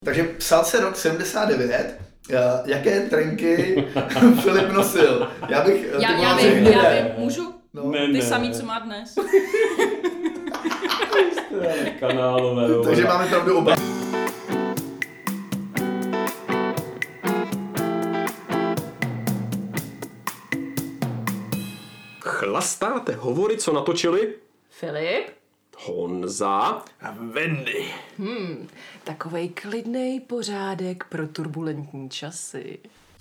Takže psal se rok 79. Jaké trenky Filip nosil? Já vím, můžu? No. Ty samý, co má dnes. Kanálové. Takže máme pravdu oba. Chlastáte hovory, co natočili? Filip? Honza a Wendy. Takovej klidnej pořádek pro turbulentní časy.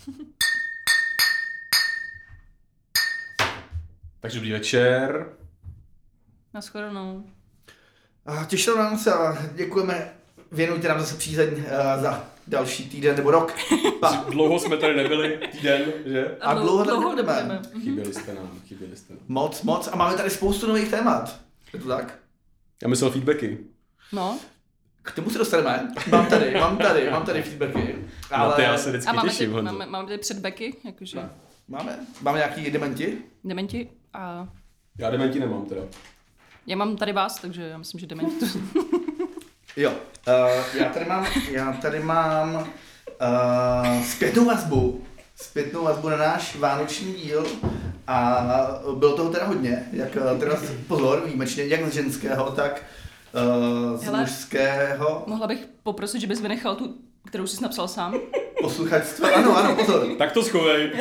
Takže dobrý večer. Nashledanou. Těšilo nám se a děkujeme. Věnujte nám zase přízeň za další týden nebo rok. Dlouho jsme tady nebyli, týden, že? A dlouho tady nebudeme. Chyběli jste nám. Moc. A máme tady spoustu nových témat. Je to tak? Já myslel feedbacky. No. K tomu se dostaneme. Mám tady feedbacky. Ale... Na ty já se vždycky těším, Honzo. Máme tady předbeky, jakože. Máme nějaký dementi? Dementi a... Já dementi nemám teda. Já mám tady vás, takže já myslím, že dementi to... Jo, já tady mám zpětnou vazbu na náš vánoční díl a bylo toho teda hodně, jak teda pozor, výjimečně, jak z ženského, tak z mužského. Mohla bych poprosit, že bys vynechal tu, kterou jsi napsal sám? Posluchačstvo, ano, pozor. Tak to schovej.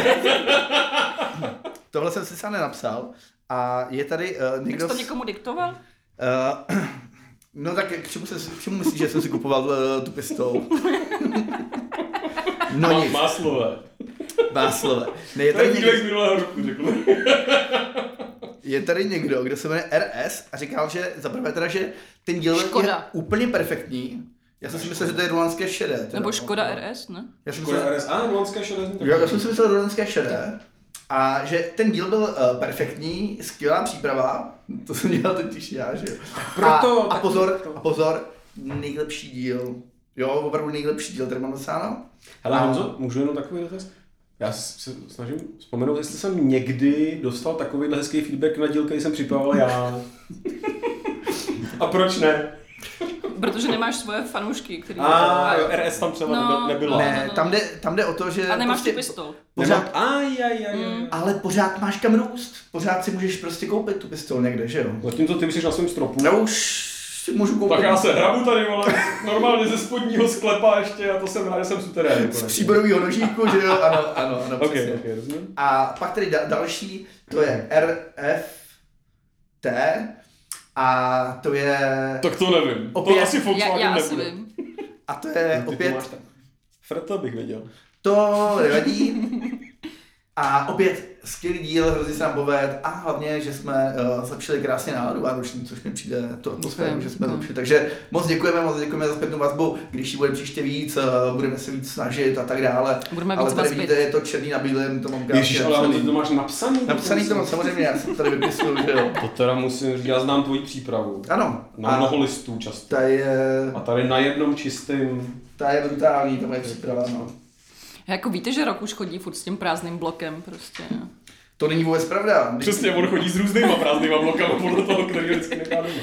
Tohle jsem si sám nenapsal a je tady někdo... Tak jsi to někomu diktoval? No tak k čemu myslíš, že jsem si kupoval tu pistolu? No nic. Máslové. Ne, je tady je tady někdo, kdo se jmenuje RS a říkal, že zaprvé teda, že ten díl je úplně perfektní. Já jsem si myslel, že to je Rolandské šedé. Teda. Nebo Škoda RS, ne? Škoda RS, Rolandské šedé. Já jsem si myslel Rolandské šedé. A že ten díl byl perfektní, skvělá příprava, to jsem dělal totiž já, že jo. A pozor, nejlepší díl. Jo, opravdu nejlepší díl, tady mám dosáhnout. Hele Honzo, můžu jenom takový dotaz? Já se snažím vzpomenout, jestli jsem někdy dostal takovýhle hezký feedback na díl, který jsem připravoval já. A proč ne? Protože nemáš svoje fanoušky, který... Jo, RS tam třeba nebylo. Ne, tam jde o to, že... A nemáš prostě tu pistol. Pořád, ale pořád máš kam růst. Pořád si můžeš prostě koupit tu pistol někde, že jo? Zatímco ty jsi na svém stropu. Já už si můžu koupit. Tak já se hrabu tady, vole, normálně ze spodního sklepa ještě a to jsem rád, že jsem suterén. Z příborovýho nožíku, že jo? Ano, přesně. Okay, rozumím. A pak tady další, to je RFT. A to je... Tak to nevím. Opět, to asi Volkswagen já nebude. asi vím. A to je opět... Freto bych věděl. To nevadí. A opět skvělý díl, hrozně se nám poved a hlavně, že jsme zlepšili krásně náladu vánoční, což mi přijde to atmosféru, že jsme zlepšili. Takže moc děkujeme za zpětnou vazbu, když ji bude příště víc, budeme se víc snažit a tak dále. Ale tady vidíte, je to černý na bílém, to mám krásně. Ježiš, ale to máš napsaný? Napsaný to mám, samozřejmě, já jsem tady vypisuju, že jo. To teda musím říct, já znám tvoji přípravu. Ano. Na mnoho listů často. A tady na jednom čistým. Ta je brutální, to moje příprava, no. Jako víte, že Rok už chodí furt s tím prázdným blokem prostě. To není vůbec pravda. Přesně, on chodí s různýma prázdnýma blokama podle toho, který vždycky nechá doma.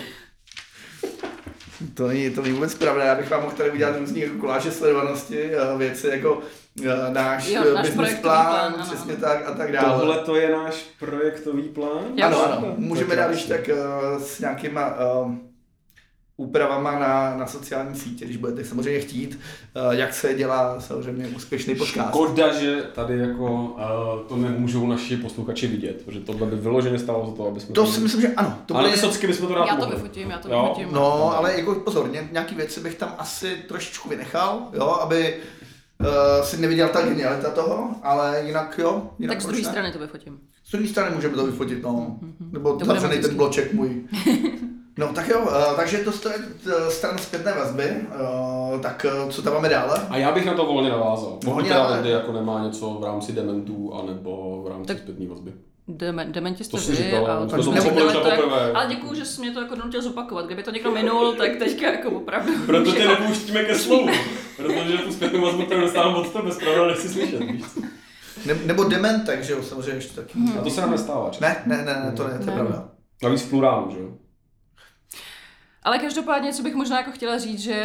To není vůbec pravda, já bych vám mohl tady udělat různý jako koláže sledovanosti, věci jako náš business plán, přesně tak a tak dále. Tohle to je náš projektový plán? Ano, můžeme dát když tak s nějakýma úpravama na sociální sítě, když budete samozřejmě chtít, jak se dělá samozřejmě úspěšný podcast. Škoda, že tady jako to nemůžou naši posluchači vidět, protože tohle by vyloženě stálo za to, aby jsme... To si myslím, že ano. Ale vysocky bychom to rád Já to vyfotím. No, ale jako pozor, nějaký věci bych tam asi trošičku vynechal, jo, aby si neviděl ta genialita toho, ale jinak jo. Tak z druhé strany to vyfotím. Z druhé strany můžeme to vyfotit, no. Nebo zavřenej ten bloček můj. No tak jo, takže to je stran zpětné vazby, tak co tam máme dále? A já bych na to volně navázal. Pokud teda Wendy jako nemá něco v rámci dementů, anebo v rámci zpětné vazby. Dementi jste vy, ale děkuju, že jsi mě to jako donutil zopakovat. Kdyby to někdo minul, tak teďka jako opravdu... Proto tě nepouštíme ke slovu, protože tu zpětnou vazbu tady dostávám od tebe, zpravdu nechci slyšet, víš co? Nebo dementek, že jo, samozřejmě ještě taky. A to se nám nestává. Ne, to je pravda. Navíc v plurálu, že jo? Ale každopádně, co bych možná jako chtěla říct, že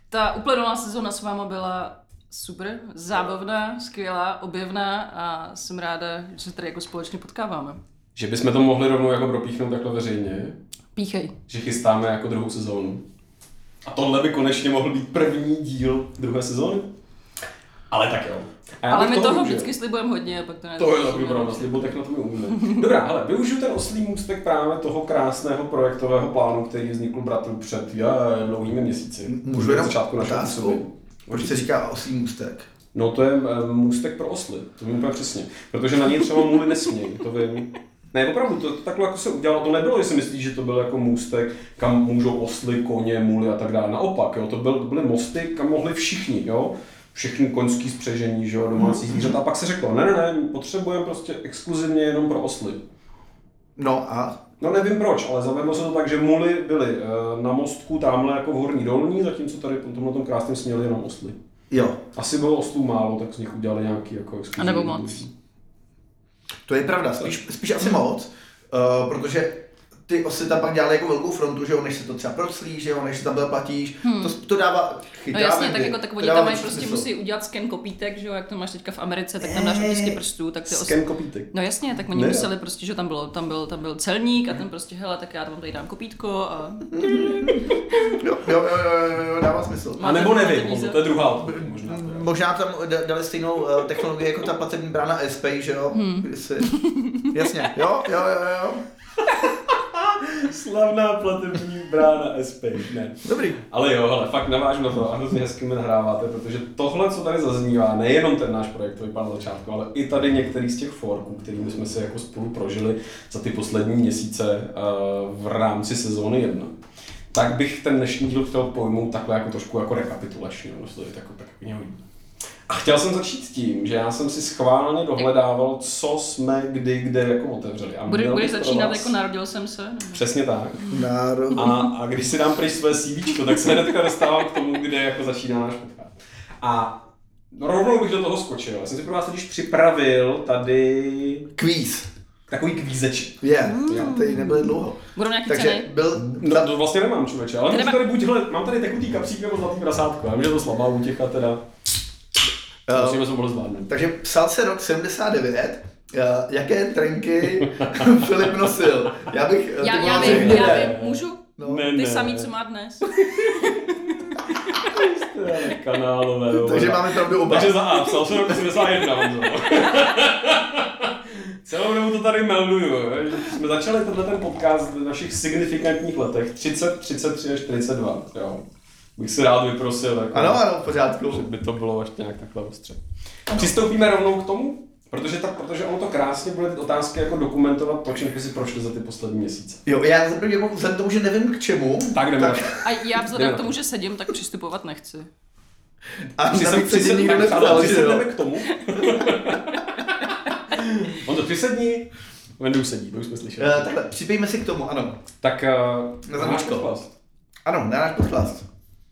Ta uplynulá sezóna s váma byla super, zábavná, skvělá, objevná a jsem ráda, že se tady jako společně potkáváme. Že bychom to mohli rovnou jako propíchnout takhle veřejně. Píchej. Že chystáme jako druhou sezónu. A tohle by konečně mohl být první díl druhé sezóny. Ale tak jo. Ale my toho vždycky slibujeme hodně a pak to to je takový pravda, slibu, tak na to my umíme. Dobrá, ale využiju ten oslý můstek právě toho krásného projektového plánu, který vznikl bratrů před dlouhými měsíci. Můžu jenom začátku otázku? Proč se říká oslý můstek? No to je můstek pro osly, to vím úplně přesně. Protože na něj třeba muly nesmějí, to vím. Ne, opravdu, to takhle jako se udělalo, to nebylo, jestli myslíš, že to byl jako můstek, kam můžou osly, koně, muly a tak dále. Naopak, jo, to byly mosty, kam mohli všichni, jo. Všechny koňský spřežení, že jo, domácí zvířata. A pak se řeklo, ne, potřebujeme prostě exkluzivně jenom pro osly. No a? No nevím proč, ale zavedlo se to tak, že muly byly na mostku tamhle jako v Horní Dolní, zatímco tady po tomhle krásném směli jenom osly. Jo. Asi bylo oslů málo, tak z nich udělali nějaký jako exkluzivní. A nebo moc. To je pravda, spíš asi moc, protože ty osy tam pak dělali jako velkou frontu, že jo, než se to třeba proclí, že jo, než se tam platíš, to dává chytrá. No jasně, tak jako tak oni tam mají prostě musí udělat sken kopítek, že jo, jak to máš teďka v Americe, tak tam dáš otisky prstů, tak ty sken kopítek. No jasně, tak oni museli prostě, že tam byl celník a ten prostě, hele, tak já vám tady dám kopítko a jo, dává smysl. A nebo nevím, to je druhá. Možná tam dali stejnou technologii jako ta platební brána SPay, že jo? Jasně, jo. Slavná platební brána SP, ne. Dobrý. Ale jo, hele, fakt navážu na to a hrozně hezky mi nahráváte, protože tohle, co tady zaznívá, nejenom ten náš projektový plán na začátku, ale i tady některý z těch forků, kterými jsme se jako spolu prožili za ty poslední měsíce v rámci sezóny 1. Tak bych ten dnešní díl chtěl pojmout takhle jako trošku jako rekapitulačně, no to je tak hodí. A chtěl jsem začít tím, že já jsem si schválně dohledával, co jsme kde jako otevřeli. A budeš začínat jako narodil jsem se? Přesně tak. A když si dám pryč své CVčko, tak se hnedka dostávám k tomu, kde jako začíná náš podcast. A rovnou bych do toho skočil. Já jsem si pro vás totiž připravil tady kvíz. Takový kvízeček. Tady nebyly dlouho. Budou nějaký takže ceny? No to vlastně nemám, člověče, ale mám tady tekutý kapsík nebo zlatý prasátko. Já vím, že to slabá útěcha teda. Musíme se mohli zvládnout. Takže psal se rok 79. Jaké trenky Filip nosil? Já vím, můžu? No. Ty samý, co má dnes. Kanálové. Takže máme pravdu oba. Takže za A, psal se rok 81. Celou dobu to tady melduju, že jsme začali ten podcast v našich signifikantních letech 30, 33 až 42. Jo. Bych si rád vyprosil. Jako, ano, v pořádku. Že by to bylo ještě nějak takhle ostře. Přistoupíme rovnou k tomu, protože ono to krásně bude ty otázky jako dokumentovat to, čím si prošli za ty poslední měsíce. Jo, já vzhledem k tomu, že nevím k čemu. Tak jdeme. A já vzhledem k tomu, že sedím, tak přistupovat nechci. A když jsem sedím, nikdo nepsal, že jo. k tomu. On to přisedni, Vendu sedí, to už jsme slyšeli. Takhle, připijme si k tomu, ano. Tak na náš podcast. Ano, na náš podcast.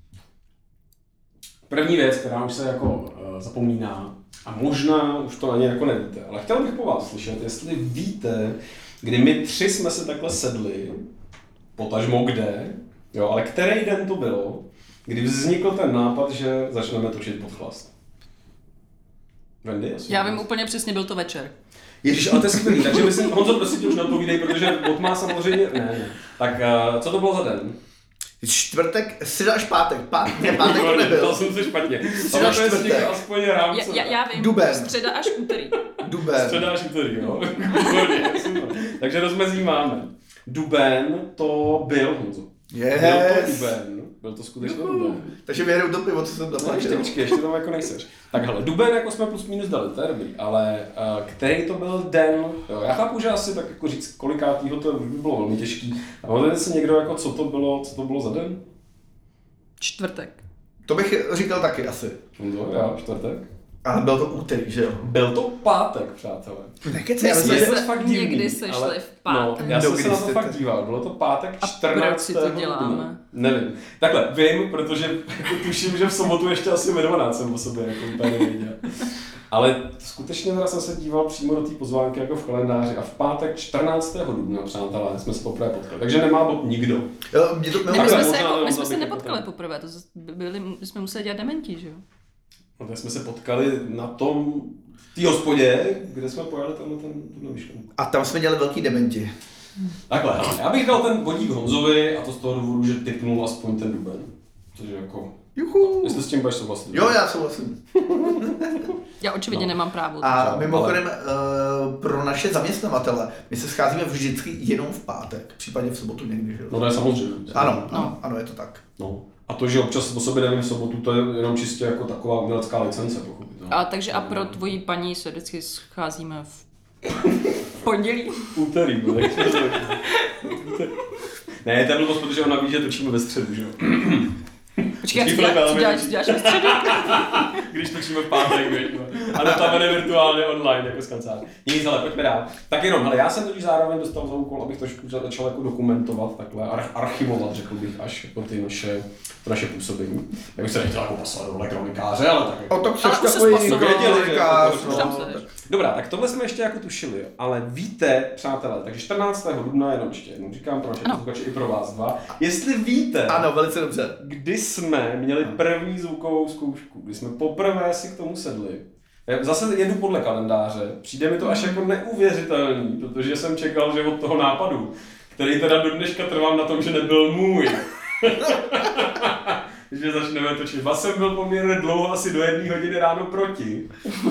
První věc, která už se jako zapomíná, a možná už to ani jako nevíte, ale chtěl bych po vás slyšet, jestli víte, kdy my tři jsme se takhle sedli, potažmo kde, jo, ale který den to bylo, kdy vznikl ten nápad, že začneme točit Podchlast. Vendy? Já vím úplně přesně, byl to večer. Ježiš, ale to je skvělý, takže myslím, Honzo, prosím tě už neodpovídej, protože bod má samozřejmě, ne. Tak co to bylo za den? Čtvrtek, středa až pátek. Pátek to nebyl. To jsem si špatně. Středa až čtvrtek. Aspoň rámce. Já vím. Duben. Středa až úterý. Duben. Středa až úterý, jo. Takže rozmezí máme. Duben to byl, Honzo. Yes. Byl to duben. Byl to skutečně duben. Takže vyhrou to pivo, co jsem tam ještě tam jako nejseš. Tak hele, duben jako jsme plus minus dali, to je dobrý, ale který to byl den, jo, já chápu, že asi tak jako říct, kolikátýho to by bylo velmi těžký. A máte si někdo jako, co to bylo za den? Čtvrtek. To bych říkal taky asi. No, já, čtvrtek. Ale bylo to úterý, že jo? Byl to pátek, přátelé. Nekece, My jsme je to se fakt divný, někdy sešli v pátek. No, já jsem se na to jste fakt díval, bylo to pátek 14. proč si to děláme? dubna. Nevím. Takhle, vím, protože jako tuším, že v sobotu ještě asi ve 12 jsem o sobě jako úplně nevěděl. Ale skutečně teda jsem se díval přímo do té pozvánky jako v kalendáři a v pátek 14. dubna, přátelé, jsme se poprvé potkali. Takže nemá Bob nikdo. Jo, mě to My jsme se nepotkali poprvé, to jsme museli dělat dementi, že jo? No, tak jsme se potkali na tom, v té hospodě, kde jsme pojali tuhle myšlenku. A tam jsme dělali velký dementi. Takhle, já bych dal ten bodík Honzovi a to z toho důvodu, že tipnul aspoň ten duben. Takže jako, Juhu. jestli s tím budeš souhlasit. Jo, já souhlasím. Já očividně nemám právo. A mimochodem pro naše zaměstnavatele, my se scházíme vždycky jenom v pátek, případně v sobotu někdy, že jo? No to je samozřejmě. Ano, je to tak. No. A to, že občas o sobě nevím v sobotu, to je jenom čistě jako taková umělecká licence, pochopitelně. A takže a pro tvoji paní se vždycky scházíme v pondělí. Úterý, no, ne, to je blbost, protože ona ví, že točíme ve středu, že jo? Počkej, co děláš ve středu? Když točíme v pátek, a notabene virtuálně online, jako z kanceláře. Nic, ale pojďme dál. Tak jenom, ale já jsem totiž zároveň dostal za úkol, abych trošku začal jako dokumentovat, takhle archivovat, řekl bych, až jako ty naše působení. Já bych se nechtěl jako poslat do kronikáře, ale tak jako... O to chceš takový kronikář, Dobrá, tak tohle jsme ještě jako tušili, jo. Ale víte, přátelé, takže 14. dubna, jenom ještě jednou říkám pro naše posluchače i pro vás dva, jestli víte, ano, velice dobře. kdy jsme měli první zvukovou zkoušku, kdy jsme poprvé si k tomu sedli. Zase jedu podle kalendáře, přijde mi to až jako neuvěřitelný, protože jsem čekal, že od toho nápadu, který teda do dneška trvám na tom, že nebyl můj, že začneme točit. Vás jsem byl poměrně dlouho, asi do 1 hodiny ráno proti.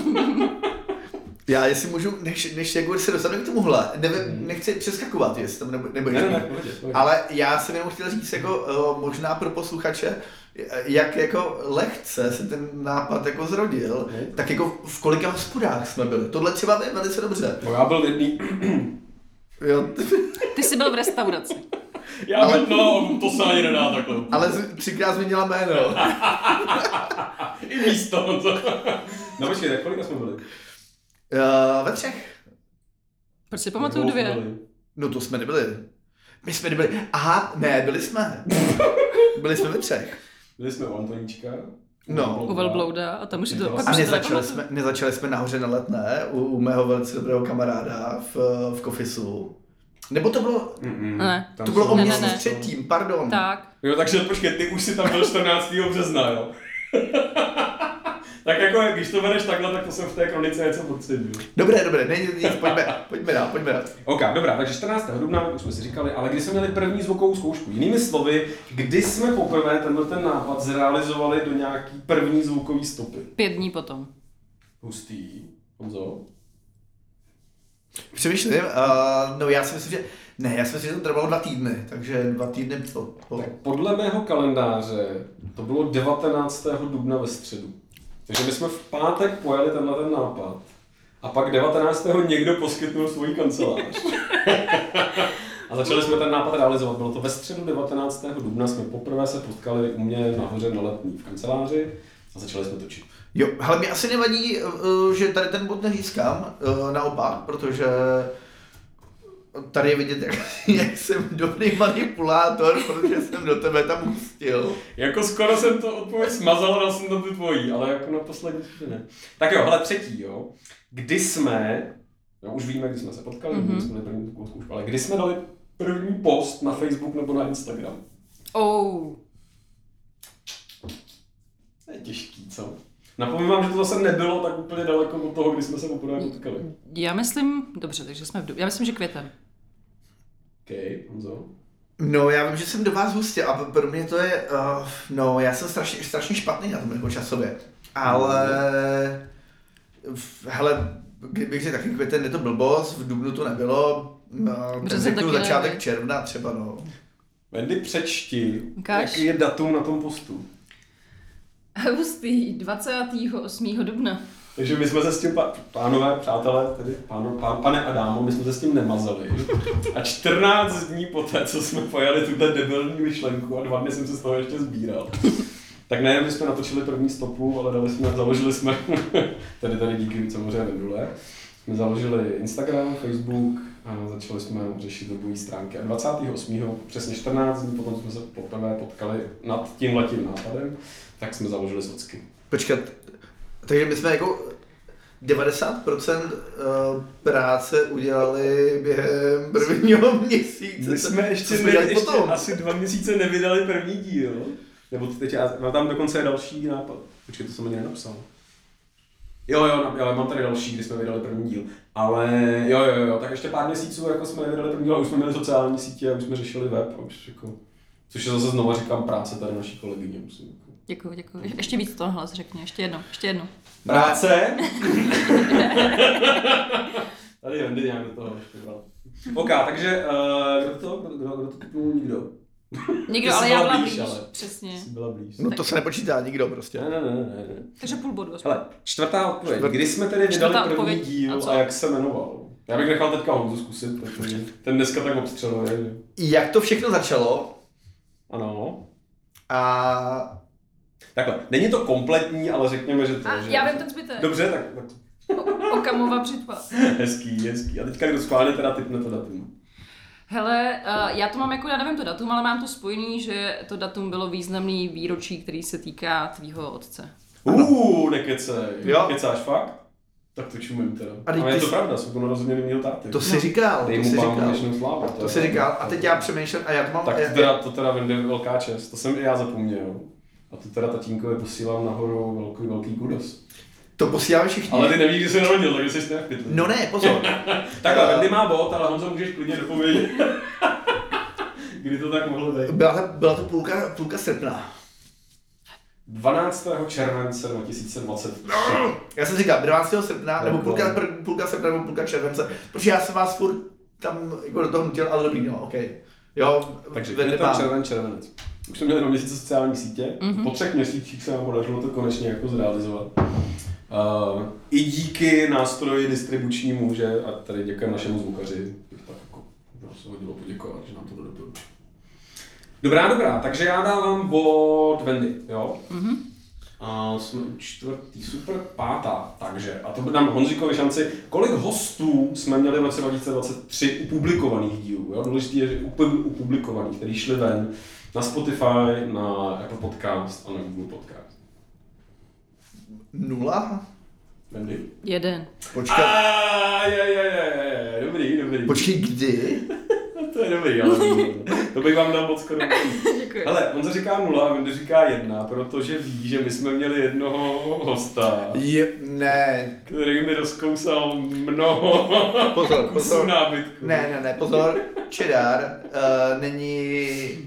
Já jestli můžu, než jako se dostanu k tomuhle, nechci přeskakovat, jestli tam nebo ne, ale já jsem jenom chtěl říct jako možná pro posluchače, jak jako lehce se ten nápad jako zrodil, tak jako v kolika hospodách jsme byli. Tohle třeba vím velice dobře. No já byl v jedný... Jo. Ty jsi byl v restauraci. To se ani nedá takhle. Ale 3krát změnila jméno. I místo. No počkej, tak kolika jsme byli? Ve 3. Proč si pamatuju 2? No to jsme nebyli. My jsme nebyli. Aha, ne, byli jsme. Byli jsme ve 3. Byli jsme u Antoníčka. No. U Velblouda a tam už si to... A nezačali jsme nahoře na Letné u mého velice dobrého kamaráda v Kofisu. Nebo to bylo... Ne. To bylo o měsíc předtím, pardon. Tak. Jo, takže počkej, ty už si tam byl 14. března, jo? Tak jako, když to bereš takhle, tak to jsem v té kronice něco podceňuji. Dobré, pojďme dál. OK, dobrá, takže 14. dubna, už jsme si říkali, ale kdy jsme měli první zvukovou zkoušku. Jinými slovy, kdy jsme poprvé ten nápad zrealizovali do nějaký první zvukový stopy. 5 dní potom. Hustý. Honzo? Přemýšlím, no já si myslím, že... Ne, já si myslím, že to trvalo 2 týdny, takže 2 týdny po... Tak podle mého kalendáře to bylo 19. dubna ve středu. Takže my jsme v pátek pojali tenhle nápad a pak 19. někdo poskytnul svůj kancelář. A začali jsme ten nápad realizovat. Bylo to ve středu 19. dubna, jsme poprvé se potkali u mě nahoře na Letní v kanceláři a začali jsme točit. Jo, ale mi asi nevadí, že tady ten bod nezískám, naopak, protože tady je vidět, jak jsem dobrý manipulátor, protože jsem do tebe tam ustil. Jako skoro jsem to odpověď smazal, dal jsem tam tu tvojí, ale jako na poslední ne. Tak jo, hele, 3. jo. Kdy jsme, už víme, kdy jsme se potkali, kdy jsme dali první zkoušku, ale kdy jsme dali první post na Facebook nebo na Instagram? To je těžký, co? Napomínám, že to zase nebylo tak úplně daleko od toho, kdy jsme se poprvé potkali. Já myslím, dobře, takže jsme já myslím, že květen. OK, Honzo. No, já vím, že jsem do vás hustil a pro mě to je, no, já jsem strašně špatný na tom jako časově, ale, hele, kdybych řekl taky květen, je to blbost, v dubnu to nebylo, tak řeknu začátek června třeba, no. Wendy, přečti, jaký je datum na tom postu. Hustý, 28. dubna. Takže my jsme se s tím, pánové, přátelé, tedy pane a dámo, my jsme se s tím nemazali. A 14 dní poté, co jsme pojali tuhle debilní myšlenku a 2 dny jsem se z toho ještě sbíral, Tak nejen, že jsme natočili první stopu, ale založili jsme, tady díky samozřejmě Vendule, jsme založili Instagram, Facebook a začali jsme řešit webové stránky. A 28. přesně 14 dní potom jsme se poprvé potkali nad tímhletím nápadem, tak jsme založili Socky. Počkat, takže my jsme jako 90% práce udělali během prvního měsíce. My jsme ještě asi 2 měsíce nevydali první díl. Nebo teď tam dokonce je další nápad. Počkej, to jsem ani nenapsal. Jo, mám tady další, kdy jsme vydali první díl. Ale jo, tak ještě pár měsíců jako jsme nevydali první díl a už jsme měli sociální sítě a už jsme řešili web. A už jako, což je zase znova říkám práce tady naší kolegyně. Děkuji. Ještě víc toho hlas řekni, ještě jednou. Práce? Tady je Wendy nějak do toho ještě bral. OK, takže kdo to typnul? Nikdo, ale já byla blíž, přesně. Byla blíž. No to se nepočítá nikdo prostě. Ne. Takže půl bodu. Hele, čtvrtá odpověď. Kdy jsme tedy vydali první díl a jak se jmenoval? Já bych nechal teďka Honzu zkusit, protože ten dneska tak obstřeluje. Jak to všechno začalo? Ano. A... Takhle, není to kompletní, ale řekněme, že to je. Já vím ten zbytek. Dobře, tak. Okamova přitpad. Hezký. A teďka kdo schválně teda tipne to datum. Hele, já to mám jako, já nevím to datum, ale mám to spojený, že to datum bylo významný výročí, který se týká tvýho otce. Nekecej. Kecáš fakt? Tak to čumím teda. Ale je to pravda, jsou to narozeniny mýho táty. To jsi říkal, To jsi říkal a teď já přemýšlím a já to mám... Tak to teda Wendy velká čest, to jsem i já zapomněl. A to teda tatínkovi posílám nahoru velký kudos. To posíláme všichni. Ale ty nevíš, kdy jsi narodil, takže jsi v pytli. No ne, pozor. Takhle, Wendy má bod, ale Honzo můžeš klidně dopovědět. Kdy to tak mohlo být? Byla to půlka srpna. 12. července 2023. Já jsem říkal 12. srpna, nebo půlka srpna, nebo půlka července, protože já jsem vás furt tam jako do toho nutil, ale dobrý, no, okej. Jo, takže je to červenec. Už jsme měli 2 měsíce sociální sítě, po 3 měsících se nám podařilo to konečně jako zrealizovat. I díky nástroji distribučnímu, že, a tady děkujeme našemu zvukaři, bych tak jako se hodilo poděkovat, že nám to doporučil. Dobrá, takže já dávám bod Wendy, jo? A jsme u 4. super 5. takže, a to dám Honzíkovi šanci, kolik hostů jsme měli v roce 2023 u publikovaných dílů, jo? Důležitý je, že u publikovaných, který šli ven na Spotify, na Apple Podcast a na Google Podcast. 0? Wendy? 1. Počkej. Dobrý. Počkej, kdy? To je dobrý, ale to bych vám dal moc skoro. Děkuji. Hele, on se říká 0 a Wendy říká 1, protože ví, že my jsme měli jednoho hosta. Ne. Který mi rozkousal mnoho pozor. nábytku. Ne, pozor. Cheddar není...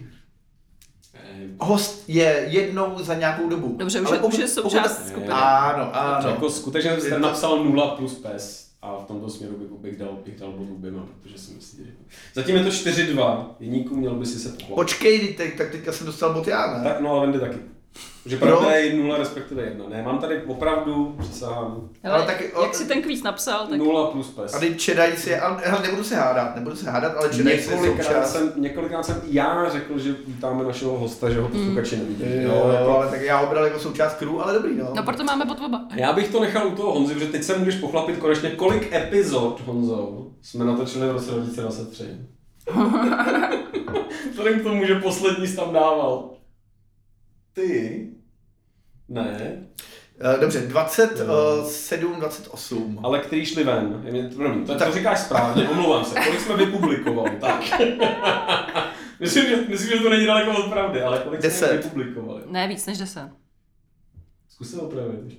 Host je jednou za nějakou dobu. Dobře, už je součást skupiny. Ano. Jako skutečně jste napsal 0 plus pes a v tomto směru bych dal bod oběma, protože si myslím, že... Zatím je to 4-2, Jeníku, měl by si se pochválit. Počkej, tak teďka jsem dostal bod já, ne? Tak no, ale Wendy taky. Že pravda je 0 respektive 1. Ne, mám tady opravdu, přisahám. Ale tak, jak si ten kvíz napsal, tak... 0 plus pes. A teď Čedajc je, ale nebudu se hádat, ale Čedajc je součást. Několikrát jsem já řekl, že vítáme našeho hosta, že ho posluchači nevidí. Jo, ale tak já ho bral jako součást crew, ale dobrý, no. No proto máme bod oba. Já bych to nechal u toho Honzy, protože teď se můžeš pochlapit konečně, kolik epizod, Honzo, jsme natočili v roce 2023. Vzhledem k tomu, že poslední jsi tam dával. Ty? Ne. Dobře, 27, 28. Ale který šli ven? To říkáš správně, omlouvám se. Kolik jsme vypublikovali, tak. myslím, že to není daleko od pravdy, ale kolik 10. jsme vypublikovali? Ne, víc než 10. Zkus se opravit ještě.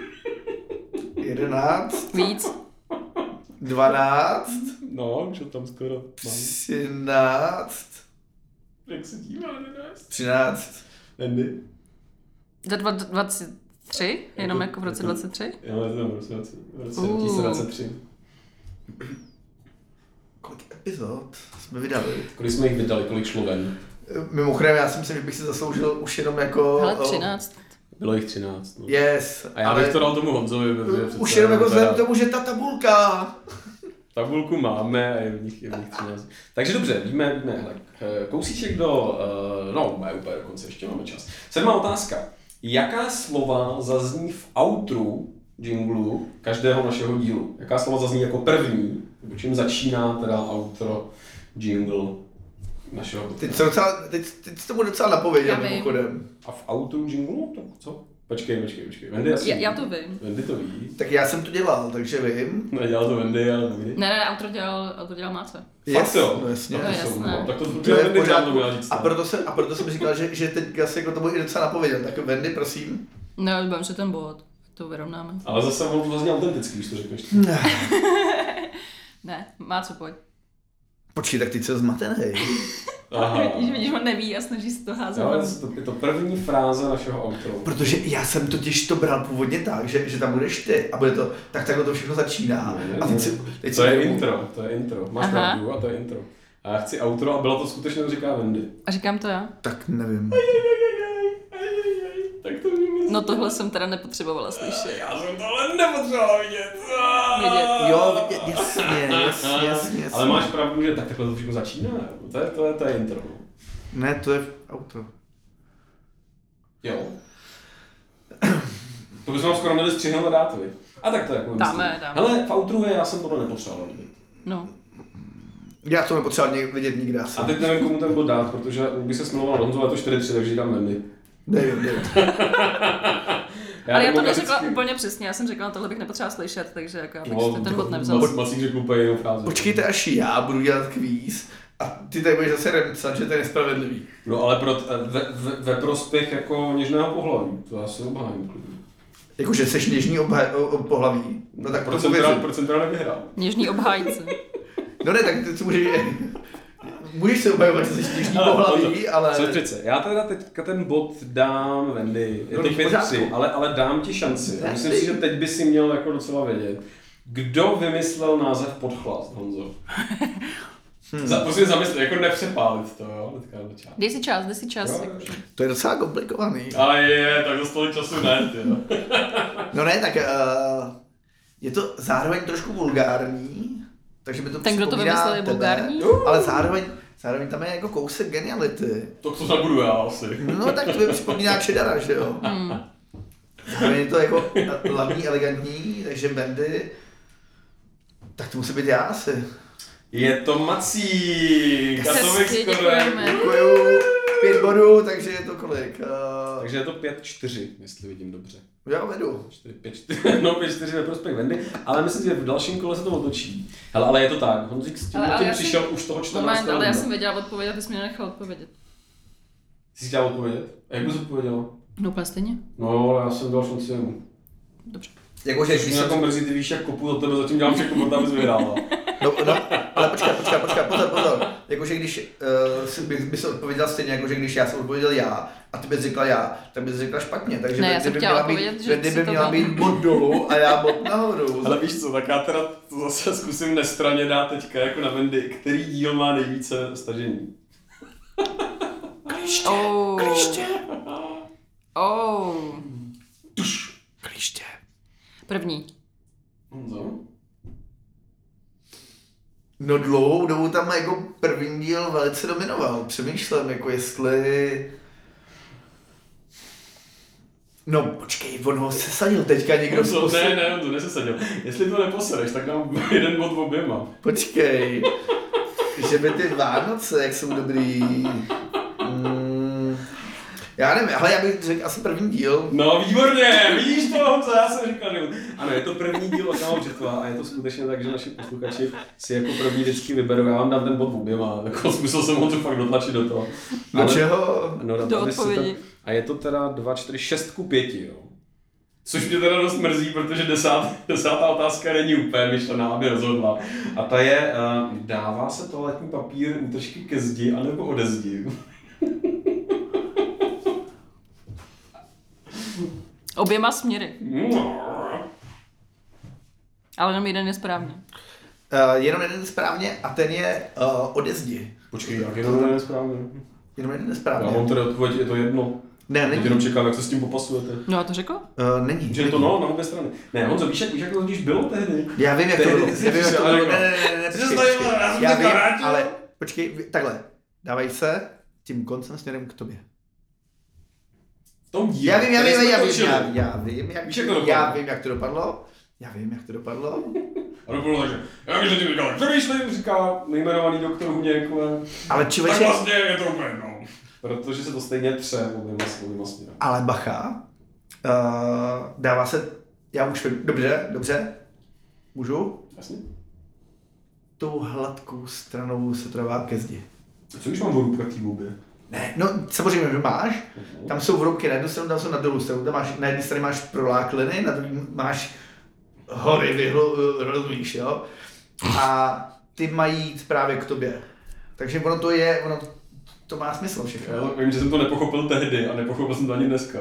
11. Víc. 12. No, už tam skoro. 13. Jak se dívá, 11? 13. Andy? Za 23? Jenom jako v roce 23? Jo, je to v roce 2023. Kolik epizod jsme vydali? Kolik jsme jich vydali, kolik šlo ven? Mimochodem, já si myslím, že bych si zasloužil už jenom jako... Hele, 13. Bylo jich 13. No. Yes. A já bych to dal tomu Honzovi, protože už jenom jako vzhledem tomu, že ta tabulka... Tabulku máme a je v nich 13. Takže dobře, víme, hele, kousíček do, no, úplně dokonce, ještě máme čas. 7. otázka. Jaká slova zazní v outru jinglu každého našeho dílu? Jaká slova zazní jako první? Nebo čím začíná teda outro jingle našeho podcastu? Teď to bude docela napovědět mimochodem. A v outru jinglu? To co? Počkej. Wendy asi já to vím. Wendy to ví. Tak já jsem to dělal, takže vím. Nedělal to Wendy, ale to ví. Ne, autor dělal Máce. Fakt jo? No jasně. To je jasné. Tak to je v Wendy pořádku. měla říct. A proto jsem říkal, že teď asi jako to bude i docela napovědět. Tak Wendy, prosím. No, budeme si ten bod. To vyrovnáme. Ale zase on vlastně autentický, když to řekneš. Ne, Máco, pojď. Počkej, tak ty co zmatenej. Aha. Vidíš, on neví a snaží se to házet. Jo, je to první fráze našeho outro. Protože já jsem totiž to bral původně tak, že tam budeš ty a bude to, tak takhle to všechno začíná. A teď to je intro. Máš pravdu a to je intro. A já chci outro a bylo to skutečně, to říká Wendy. A říkám to já? Tak nevím. Tak to vím. No tohle jsem teda nepotřebovala slyšet. Já jsem tohle nepotřeboval vidět. Jo, jasně. Ale máš pravdu, že takhle to všechno začíná. To je intro. Ne, to je outro. Jo. To bychom skoro měli střihnout a dát, vy. A tak to jako Dáme. Hele, v outru já jsem tohle nepotřeboval vidět. No. Já to nepotřeboval vidět nikdy asi. A teď nevím, komu ten bod dát, protože by se smiloval Honzo, ale to 4-3, takže dám Wendy. Nevím. Ale já to neřekla úplně přesně, já jsem řekla, tohle bych nepotřebovala slyšet, takže jako já bych ten bod nevzal. Macík řekl úplně jinou frázi. Počkejte, až já budu dělat kvíz a ty tady budeš zase remcat, že to je nespravedlivý. No ale ve prospěch jako něžného pohlaví, to já si obhájím. Jakože seš něžný pohlaví. No tak proč jsem teda nevyhrál? Něžný obhájce. No ne, tak ty co můžeš se obhajovat, že jsi něžný pohlaví, ale... Sestřice, já teda teďka ten bod dám Wendy, je to 5-3, ale dám ti šanci. Myslím si, že teď by si měl jako docela vědět. Kdo vymyslel název Podchlast, Honzo? Prosím zamyslet, jako nepřepálit to, jo? Dej si čas. Jo. To je docela komplikovaný. A tak za tolik času ne, jo. No ne, tak je to zároveň trošku vulgární, takže by to ten, kdo to vymyslel, je vulgární? Ale zároveň tam je jako kousek geniality. To nebudu já asi. No tak to mi připomíná Cheddara, že jo? Zároveň je to jako hlavní, elegantní, takže Wendy, tak to musí být já asi. Je to Macík! Děkuju. 5 bodů, takže je to kolik? Takže je to 5-4, jestli vidím dobře. Já vedu. 5-4 ve prospěch Wendy, ale myslím, že v dalším kole se to otočí. Hele, ale je to tak, Honzik s tím přišel už toho 14. Ale já jsem věděla odpovědět, ty jsi mě nechal odpovědět. Jsi chtěla odpovědět? A jak bys odpověděla? No úplně stejně. No, ale já jsem dal šanci jemu. Dobře. Jakože když mě jako mrzí, ty víš, jak kopu za tebe, zatím dělám všechno, protože abys vyhrála. No, ale počkej, pozor. Jakože když bys odpověděl stejně, jakože když já jsem odpověděl já a ty bys řekla já, tak bys řekla špatně. Takže ne, já jsem chtěla odpovědět, že by měla být bod dolů a já bod nahoru. Ale víš co, tak já teda to zase zkusím nestranně dát teďka jako na Wendy, který díl má nejvíce stažení. Kliště. Kliště. První. Co? No dlouhou dobu tam jako první díl velice dominoval. Přemýšlím, jako jestli... No počkej, on ho sesadil teďka někdo Ne, on to nesesadil. Jestli to neposereš, tak dám jeden bod oběma. Počkej, že by ty Vánoce, jak jsou dobrý... Já nevím, ale já bych řekl asi první díl. No výborně, vidíš to, co já jsem říkal. Ano, je to první díl od Kámo Břitva a je to skutečně tak, že naši posluchači si jako první vždycky vyberou. Já vám dám ten bod oběma, jako zkusil jsem ho to fakt dotlačit do toho. Do čeho? No, do odpovědi. A je to teda 2, 4, 6:5, jo. Což mě teda dost mrzí, protože desátá otázka není úplně myšlená, aby rozhodla. A ta je, dává se toaletní papír útržky ke zdi anebo ode zdi? Oběma směry. Ale jenom jeden je správně. Jenom jeden je správně a ten je ode zdi. Počkej, jak jenom jeden je správně? Jenom jeden je správně. Já mám teda odpověď, je to jedno. Ne, není. Teď jenom čekám, jak se s tím popasujete. No a to řekl? Není. Že je to na obě strany. Ne, Honzo, víš, jak to když bylo tehdy? Já vím, jak to bylo. Já vím, ale počkej, takhle. Dávej se tím koncem směrem k tobě. tom díle, Já vím, jak to dopadlo. A dopadlo takže, já když tím říkal, přemýšlím, říká nejmenovaný doktor Huněk, ale tak vlastně je to úplně jedno. Protože se to stejně tře oběma směrem. Ale bacha, dává se, já už vím, dobře, můžu? Jasně. Tou hladkou stranou se to dává ke zdi. A co když mám vodu proti hubě? Ne, no samozřejmě, že máš, tam jsou vroubky na jednu stranu, tam jsou na druhou stranu, tam máš, na jedné straně máš prolákliny, na druhé máš hory, rozumíš, jo? A ty mají jít právě k tobě. Takže ono to má smysl všechno. Já vím, že jsem to nepochopil tehdy a nepochopil jsem to ani dneska.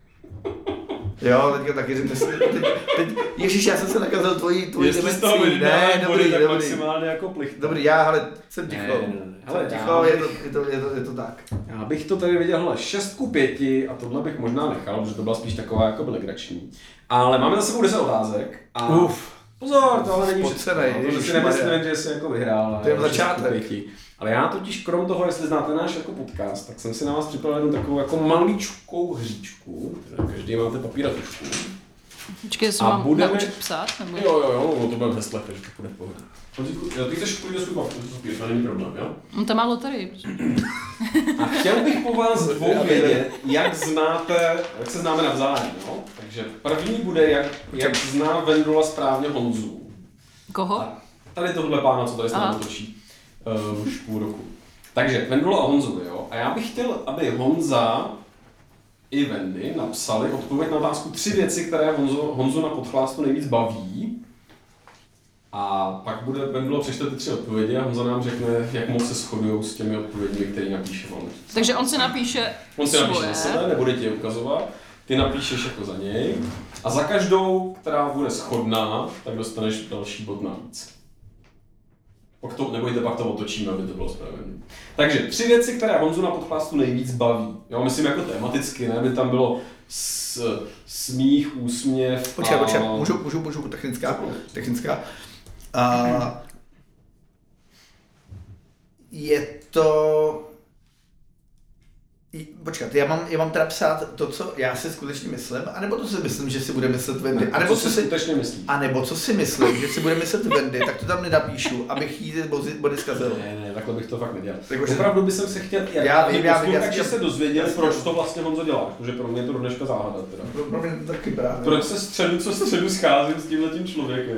Jo, teďka taky řekne si, ježiš, já jsem se nakazil tvojí jestli z toho ne, dobrý, tak maximálně jako plichta. Dobrý, já, ale jsem ticho. Hele, ticho, je to tak. Já bych to tady viděl, hele, 6:5 a tohle bych možná nechal, protože to byla spíš taková jako legrační. Ale máme za sebou 10 otázek a pozor, tohle není všechno. To si nemyslím, že jsi jako vyhrál. To je začátek. Ale já totiž krom toho, jestli znáte náš jako podcast, tak jsem si na vás připravil jednu takovou jako maličkou hříčku. Každý máte papír a tušku. Počkej, jestli mám naučit psát? Nebo... Jo, to bude veslech, takže to bude v pohodě. Ty chceš klidně svůj papír, to není problém, jo? On tam má loterii. A chtěl bych po vás dvou vědět, jak se známe navzájem, jo? Takže první bude, jak zná Vendula správně Honzu. Koho? A tady tohle pána, co tady s námi točí. Už půl roku. Takže Vendula a Honzu, jo? A já bych chtěl, aby Honza i Vendy napsali odpověď na otázku 3 věci, které Honzu na Podchlastu nejvíc baví. A pak bude Vendula přečte ty 3 odpovědi a Honza nám řekne, jak moc se shodujou s těmi odpověďmi, které napíše on. Takže on si napíše za sebe, nebude ti je ukazovat. Ty napíšeš jako za něj. A za každou, která bude shodná, tak dostaneš další bod navíc. Nebojte, pak to otočíme, aby to bylo spravedlivé. Takže 3 věci, které Honzu na Podchlastu nejvíc baví. Jo, myslím jako tematicky, ne? By tam bylo smích, úsměv. Počkej, můžu technická. Je to... Počkat, já mám teda psát to, co já si skutečně myslím, anebo to si myslím, že si bude myslet Vendy, anebo co si skutečně myslí. A nebo co si myslím, že si bude myslet Vendy, tak to tam nenapíšu, abych jí ty body zkazil. Ne, takhle bych to fakt nedělal. Opravdu bych se chtěl, takže se dozvěděli, proč to vlastně Honzo dělá, protože pro mě je to do dneška záhada teda. Pro mě to taky právě. Proč se středu scházím s tímhletím člověkem.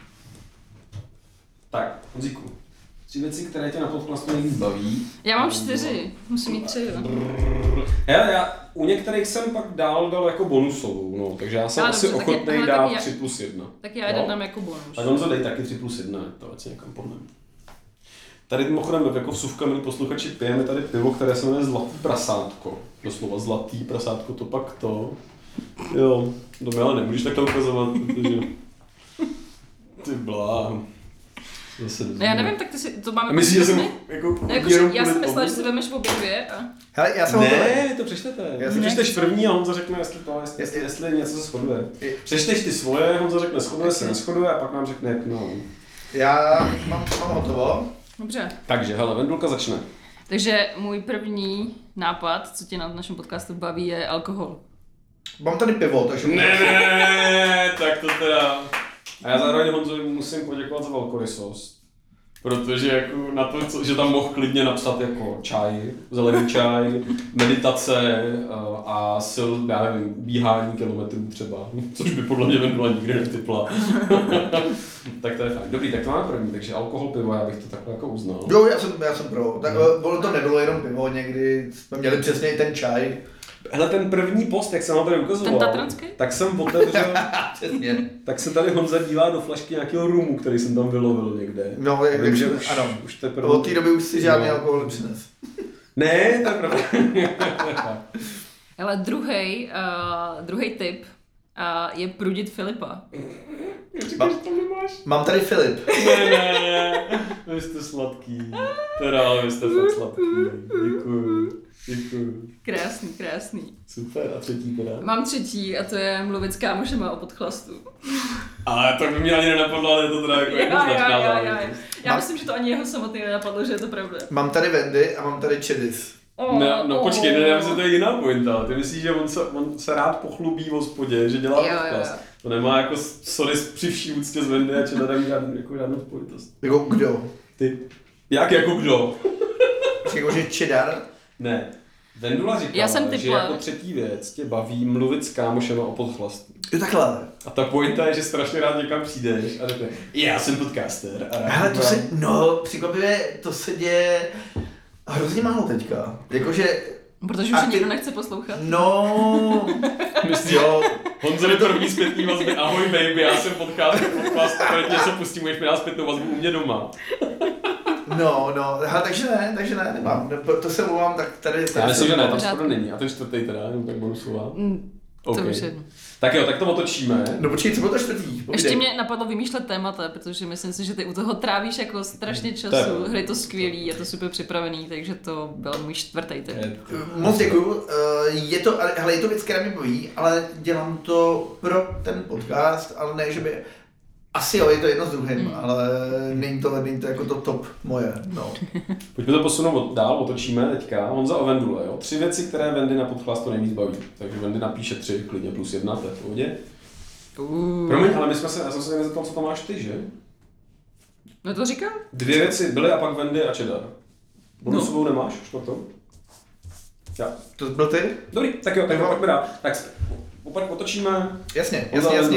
Tak, Honzíku. 3 věci, které tě na Podchlastu nejvíc baví. Já mám 4, musím mít 3, jo. Já u některých jsem pak dal jako bonusovou, no, takže já jsem asi ochotnej dát 3+1. Tak já jeden dám jako bonus. Tak Honzo dej taky 3+1, to ať si někam podlem. Tady mimochodem jako vsuvka, milí posluchači, pijeme tady pivo, které se jmenuje Zlatý prasátko. Doslova Zlatý prasátko, to pak to. Jo, to mi ale nemůžeš takhle ukazovat, protože... Ty bláho. Já nevím, tak ty si to máme... Myslíš, že jsem jako já jsem myslela, že si vemeš obě 2 a... Hele, já jsem ne, to přečtete. Přečteš první a Honza řekne, jestli něco se shoduje. Přečteš ty svoje, Honza řekne, shoduje se, neshoduje a pak nám řekne, jak no. Já mám hotovo. Dobře. Takže, hele, Vendulka začne. Takže můj první nápad, co tě na našem podcastu baví, je alkohol. Mám tady pivo, takže... Ne, tak to teda... A já zároveň Honzovi musím poděkovat za velkorysost. Protože jako na to, že tam mohl klidně napsat jako čaj, zelený čaj, meditace a já nevím, bíhání kilometrů třeba, což by podle mě Vendula nikdy netypla. Tak to je fajn. Dobrý, tak to máme první, takže alkohol, pivo, já bych to takhle jako uznal. Jo, já jsem pro. Tak to nebylo jenom pivo, někdy jsme měli přesně i ten čaj. Hele, ten první post, jak jsem vám tady ukazoval, ten tatranský? tak jsem otevřel, tak se tady Honza dívá do flašky nějakého rumu, který jsem tam vylovil někde. No, takže ano. Už teprve... Od té doby už si žádný alkohol nepřines. Ne, to je pravda. Ale druhý tip je prudit Filipa. Mám tady Filip. Ne, vy jste sladký. Teda, vy jste fakt sladký. Děkuju. Krásný. Super, a třetí teda? Mám 3. a to je mluvit s kámošema o Podchlastu. Ale to by mě ani nenapadlo, ale je to teda jako jednoznačná záležitost. Já myslím, že to ani jeho samotný nenapadlo, že je to pravda. Mám tady Vendy a mám tady Čedis. No počkej, nevím, že to je jiná pointa. Ty myslíš, že on se rád pochlubí v hospodě, že dělá podcast. To nemá jako sorry při vší úctě z Wendy a Cheddar žádnou spojitost. Jako kdo? Ty. Jak jako kdo? Jako že Cheddar? Ne. Vendula říkala, že jako třetí věc tě baví mluvit s kámošema o podchlastu. Jo, takhle. A ta pointa je, že strašně rád někam přijdeš a řekne, já jsem podcaster. Ale to se, překvapivě, to se děje hrozně málo teďka. Jakože... Protože už někdo nechce poslouchat. No... Myslíš, jo. Honzovi první zpětný vazby, ahoj baby, já jsem podcast, tady něco pustím, můžeš mi dát zpětnou vazbu u mě doma. No, takže ne, nemám. To se mluvám, tak tady... Já myslím, že ne, tam skoro není. A ten čtvrtý teda, jenom tak bonusová. To už jedno. Tak jo, tak to otočíme. No počkej, co bylo to čtvrtý? Ještě mě napadlo vymýšlet témata, protože myslím si, že ty u toho trávíš jako strašně času. Hry to skvělý, je to super připravený, takže to byl můj čtvrtý tip. Moc děkuju. Je to věc, která mě baví, ale dělám to pro ten podcast, ale ne, že by... Asi jo, je to jedno s druhým, ale není to jako to top moje, no. Pojďme to posunout dál, otočíme teďka. Honza o Vendule, jo. 3 věci, které Wendy na podchlastu nejvíc baví. Takže Wendy napíše 3, klidně +1, to je v pohodě. Promiň, ale já jsem se nezeptal, co tam máš ty, že? No to říkám. 2 věci byly a pak Wendy a Cheddar. Bonusovou nemáš, štotou? Já. To byl ty? Dobrý, tak jo, tak pojďme dál. Tak otočíme. Jasně.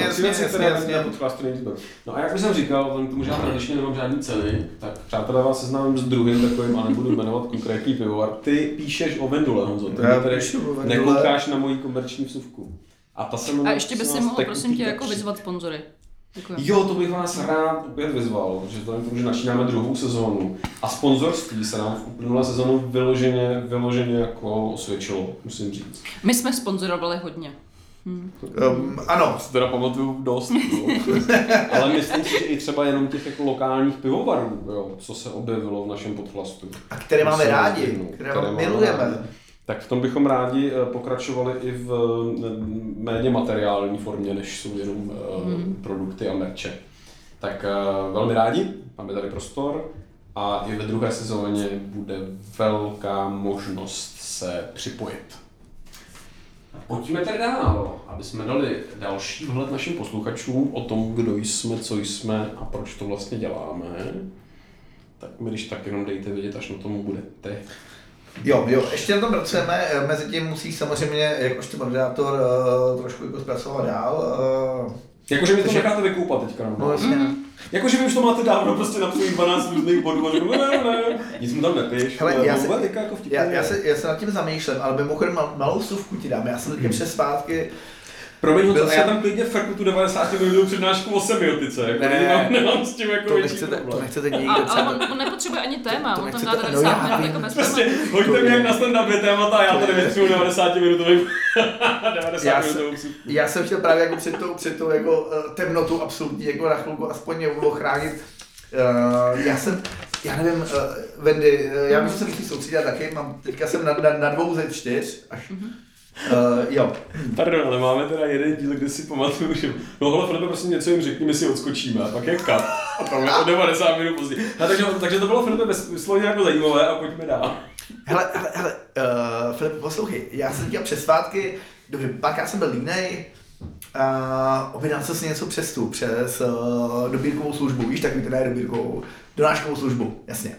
No a jak bych jsem říkal, tomu, že já tradičně nemám žádný ceny, tak přátelé vás seznámím s druhým takovým, a nebudu jmenovat konkrétní pivovar. Ty píšeš o Vendule, Honzo, ty tady nekoukáš na moji komerční vsuvku. A ještě by si mohl, prosím tě, jako vyzvat sponzory. Děkuji. Jo, to bych vás rád opět vyzval, protože to že začínáme druhou sezónu a sponzorství se nám v uplynulé sezónu vyloženě jako osvědčilo, musím říct. My jsme sponzorovali hodně. Ano. Si teda pamatuju dost, no. Ale myslím si, že i třeba jenom těch jako lokálních pivovarů, jo, co se objevilo v našem podchlastu. A které máme rádi, které milujeme. Tak v tom bychom rádi pokračovali i v méně materiální formě, než jsou jenom produkty a merče. Tak velmi rádi, máme tady prostor a i ve druhé sezóně bude velká možnost se připojit. Pojďme tedy dál, aby jsme dali další vhled našim posluchačům o tom, kdo jsme, co jsme a proč to vlastně děláme. Tak mi když tak jenom dejte vědět, až na tom budete. Jo, ještě na tom pracujeme, mezi tím musíš samozřejmě, jakožto moderátor, trošku jako zpracovat dál. Jakože mi to necháte vykoupat teďka. No jasně. Jakože vy už to máte dávno prostě napsat 12 různých bodů a řeknu, ne, nic mu tam nepíš. Hele, já se nad tím zamýšlím, ale mimochodem malou vsuvku ti dám, já jsem teďka přes svátky. Promiň, já tam klidně frku tu 90 minutovou přednášku o semiotice, jako nemám s tím jako větší problém. To nechcete nikdo. Ale on nepotřebuje ani téma, on tam dá 90 minut jako bez prostě hoďte mě jak na stand-up témata a já tady vytřiju 90 minutovou Já jsem chtěl právě jako před tou jako temnotu absolutní, jako na chvilku aspoň ochránit. Já nevím, Wendy, já bych se chtěl soustředit taky, teďka jsem na 2 ze 4 až. Jo. Pardon, ale máme teda jeden díl, kde si pamatuju, že hele Filipe, prosím něco jim řekni, my si odskočíme, a pak je cut. A tam je o 90 minut později. Takže to bylo Filipe vysloveně jako zajímavé a pojďme dál. Hele, Filipe, poslouchej, já jsem dělal přes svátky, dobře, pak já jsem byl línej, objednal jsem si něco přes dobírkovou službu, víš, takový teda je dobírkovou, donáškovou službu, jasně.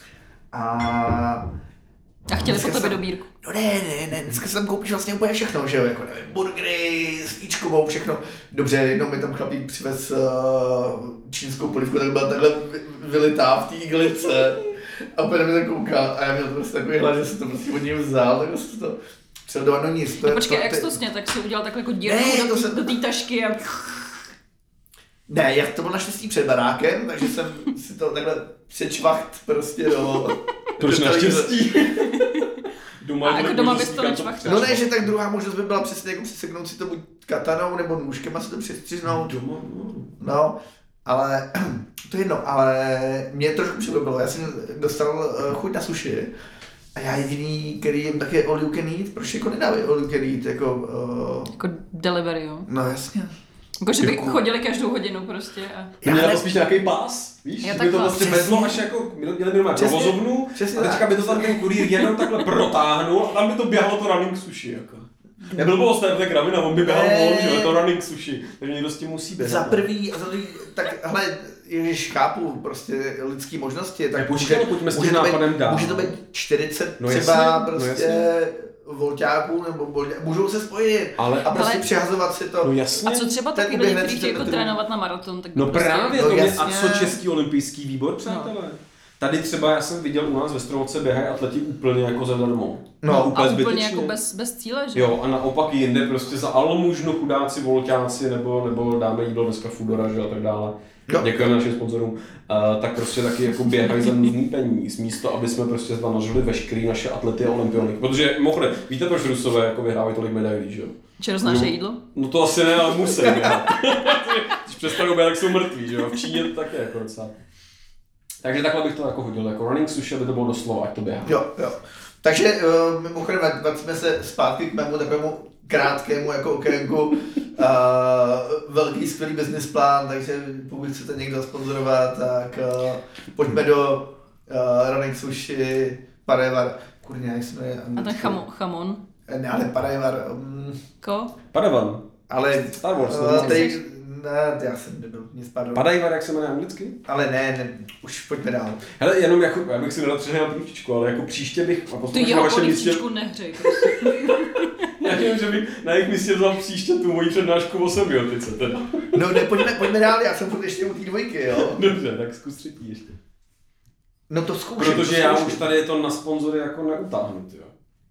A chtěli po tebe dobírku. No ne, dneska si tam koupíš vlastně úplně všechno, že jo, jako nevím, burgery, s víčkovou, všechno. Dobře, jednou mi tam chlapík přivez čínskou polivku, tak byla takhle vylitá v té iglice. A úplně mi to kouká a já měl prostě takový hlad, že jsem to prostě od něj vzal, tak jsem to třeba do nic. Počkej, jak jsi to sněl, tak jsi udělal takhle jako dírku do té tašky a... Ne, to bylo naštěstí před barákem, takže jsem si to takhle přečvacht prostě do... Proč naštěstí? A jako doma bys to nečvachtil. No ne, že tak druhá možnost by byla přesně jako přiseknout si to buď katanou nebo nůžkem a si to přestřihnout. No, ale to je jedno, ale mě trošku překvapilo, já jsem dostal chuť na sushi a já jediný, který jim tak je all you can eat, proč jako nedávají all you can eat, jako... Jako delivery, jo? No jasně. Jakože by chodili každou hodinu prostě a... Měla to spíš nějaký pás, víš? By to vlastně vezlo až jako, měli by provozovnu a teďka by to tam ten kurýr jenom takhle protáhnul a tam by to běhalo to running sushi jako. Nebyl bylo té kravina, on by běhal vol, že je to running sushi, takže někdo s tím musí běhat. Za prvý, tak hele, ježiš, chápu prostě lidský možnosti, tak pojďme s tím nápadem dál. Může to být 40 třeba prostě volťáků nebo můžou se spojit a prostě přihazovat si to. No jasně. A co třeba taky lidi, kteří chtějí jako trénovat na maraton, tak no prostě... právě to je, a co Český olympijský výbor, přátelé? No. Tady třeba já jsem viděl u nás ve Stromovce běhají atleti úplně jako zadarmo. No, úplně jako bez cíle, že? Jo, a naopak jinde prostě za almužnu chudáci, volťáci nebo dáme jídlo dneska Foodora, že a tak dále. No. Děkujeme našim sponzorům. Tak prostě taky jako běhají za nutný peníz, místo aby jsme prostě zanažili veškerý naše atlety a olympioniky. Protože mimochodem, víte proč Rusové jako vyhrávají tolik medailí, že jo? Čeho znáš jídlo? No to asi ne, ale musí. Když přestanou běhat, tak jsou mrtví, že jo? V Číně to také jako docela. Takže takhle bych to jako hodil, jako running sushi, aby to bylo doslova, ať to běhá. Jo. Takže mimochodem vracíme se zpátky k mému takovému krátkému jako okénku. Velký skvělý business plán, takže pokud chcete někdo sponzorovat, tak pojďme do running sushi, Parevar, kurně, jak jsme je. A ten chamon? Ne, ale Parevar. Ko? Padevan. Ale Star Wars. Ne, já jsem nebyl nic pardon. Padajvar, jak se jmenuje anglicky? Ale ne, už pojďme dál. Hele, jenom jako, já bych si nedal přehnat ručičku, ale jako příště bych... Ty jeho polivčičku nehřej, prostě. Já nevím, že bych na jejich místě vzal příště tu moji přednášku o semiotice teda. No ne, pojďme dál, já jsem furt ještě u té dvojky, jo. Dobře, tak zkus třetí ještě. No to zkouším. Protože já už tady to na sponzory jako neutáhnu, jo.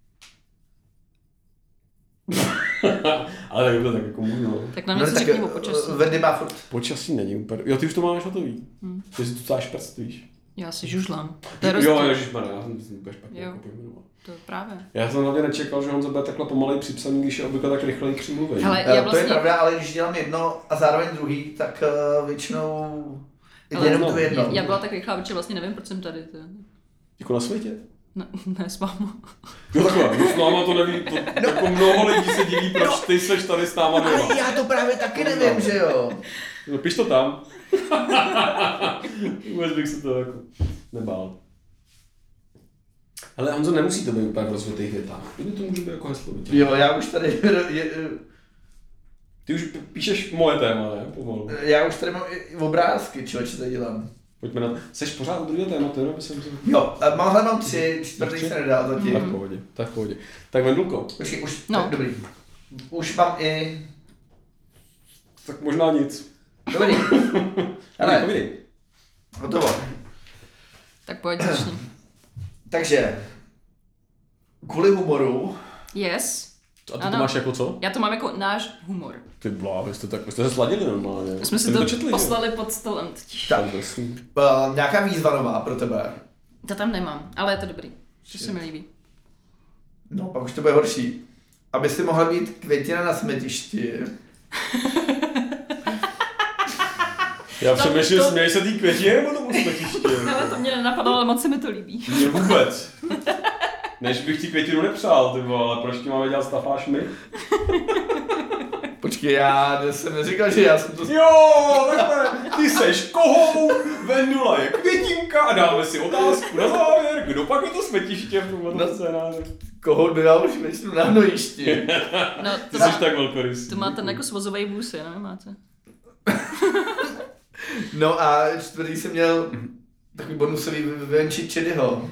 Ale tak to tak jako můžu. Tak nám něco řekni o počasí. Vendy má furt. Počasí není úplně. Jo, ty už to máš hotový. Ty si tu cáš prst, víš. Já si žužlám. Jo, ježišmarja, já jsem si úplně špatně jako pojmenoval. To právě. Já jsem hlavně nečekal, že Honza bude takhle pomalej připsaný, když je obvykle tak rychleji přimluvený. To je pravda, ale když dělám jedno a zároveň druhý, tak většinou jenom to jedno. Já byla tak rychlá, protože vlastně nevím, proč jsem tady. Jako na světě? Ne, s mámou. Jo takhle, s náma to neví, jako mnoho lidí se diví, proč ty seš tady s náma doma. Ale já to právě taky nevím, že jo. No piš to tam. Vůbec bych se to jako nebál. Ale Honzo, nemusí to být úplně v rozvětých větách. Kdyby to může být jako heslo. Jo, já už tady... Ty už píšeš moje téma, ne? Pomalu. Já už tady mám i obrázky, čo tady dělám. Pojďme na to. Seš pořád u druhého tématu, jenom jsem to... Jo, mám 3, čtvrtý se nedal zatím. Tak v pohodě. Tak Vendulko. Počkej, už, tak dobrý. Už mám i... Tak možná nic. Dobrý. Ale povídej. Hotovo. Tak pojď, začni. Takže, kvůli humoru... Yes. A ty to máš jako co? Já to mám jako náš humor. Ty blá, jste se sladili normálně. Jsme si to četli, poslali pod stolem totiž. Tak, nějaká výzva nová pro tebe. To tam nemám, ale je to dobrý. To se mi líbí. No, pak už to bude horší. Aby si mohla být květina na smetišti. Já přemýšlím, směj se tý květině nebo tomu smetišti? Ale to mě nenapadlo, ale moc se mi to líbí. Mě vůbec. Než bych ti květinu nepřál, ty vole, ale proč ti máme dělat stafáž my? Počkej, já jsem neříkal, že já jsem to... Jo, takhle, ty seš kohout, Vendula je květinka a dáme si otázku na závěr, kdo pak je to smetiště v tomhle scénáři. Kohout dodal už většinu na hnojišti. No, ty jsi tak velkorysý. To máte jako svozovej vůz, ne? Máte. No a čtvrtý jsem měl takový bonusový venčit Čedyho.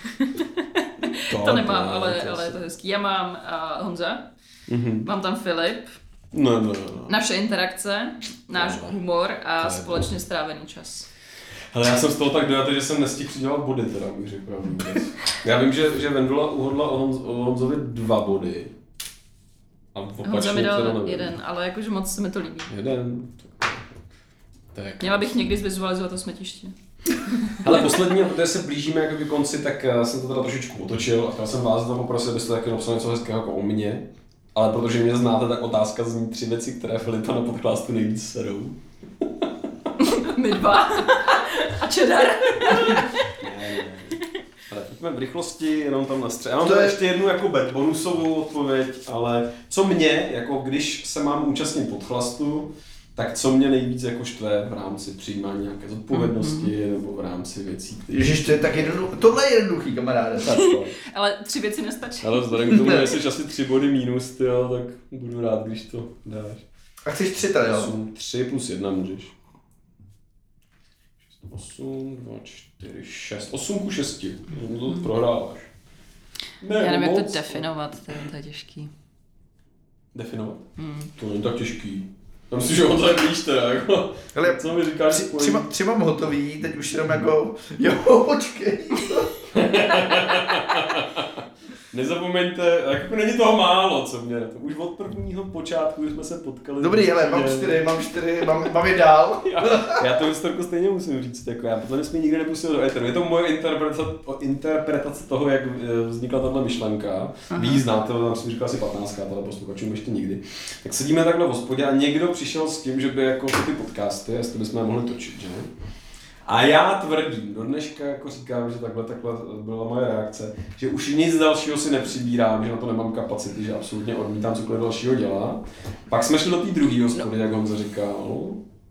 To nemám, ale je to hezký. Já mám Honza, mám tam Filip, no. naše interakce, náš humor a společně strávený čas. Ale já jsem z toho tak dojatý, že jsem nestihl přidělat body, teda bych řekl. Já vím, že Vendula uhodla o Honzovi 2 body. A Honza mi dal 1, ale jakože moc se mi to líbí. 1? Tak. Měla bych někdy zvizualizovat to smetiště. Ale poslední, protože se blížíme jako k konci, tak jsem to teda trošičku otočil a chtěl jsem vás tam poprosit, abyste taky napsali něco hezkého jako o mně. Ale protože mě znáte, tak otázka zní 3 věci, které Filipa na podcastu nejvíc serou. My 2. A Cheddar. Ne. Ale pojďme v rychlosti, jenom tam na střed. Já mám to ještě jednu jako bonusovou odpověď, ale co mě, jako když se mám účastnit podchlastu, tak co mě nejvíc jako štve v rámci přijímání nějaké zodpovědnosti nebo v rámci věcí, které... Ježiš, to je tak jednoduchý, tohle je jednoduchý, kamaráde. Ale 3 věci nestačí. Ale vzhledem k tomu, že jsi asi 3 body mínus, tyjo, tak budu rád, když to dáš. A chceš 3 tady, jo? 3 plus 1 můžeš. 8, 2, 4, 6. 8 ku 6. To prohráváš. Já nevím, jak to definovat, to je těžký. Definovat? To není tak těžký. Já myslím, že on tak víš teda, jako. Ale co mi říkáš? 3 mám hotový, teď už jenom jako, jo, počkej. Nezapomeňte, jako není toho málo, co mě, to už od prvního počátku jsme se potkali. Dobrý, ale mám 4, mám je dál. Já tu historku stejně musím říct, jako já protože jsme nikdy nepustil do éteru. Je to moje interpretace toho, jak vznikla tato myšlenka. Vy ji znáte, tam jsem říkal asi 15, ale posluchačům ještě nikdy. Tak sedíme takhle v hospodě a někdo přišel s tím, že by jako ty podcasty, jestli bychom je mohli točit, že? A já tvrdím, do dneška jako říkám, že takhle byla moje reakce, že už nic dalšího si nepřibírám, že na to nemám kapacity, že absolutně odmítám cokoliv dalšího dělá. Pak jsme šli do té druhé hospody, jak Honza říkal.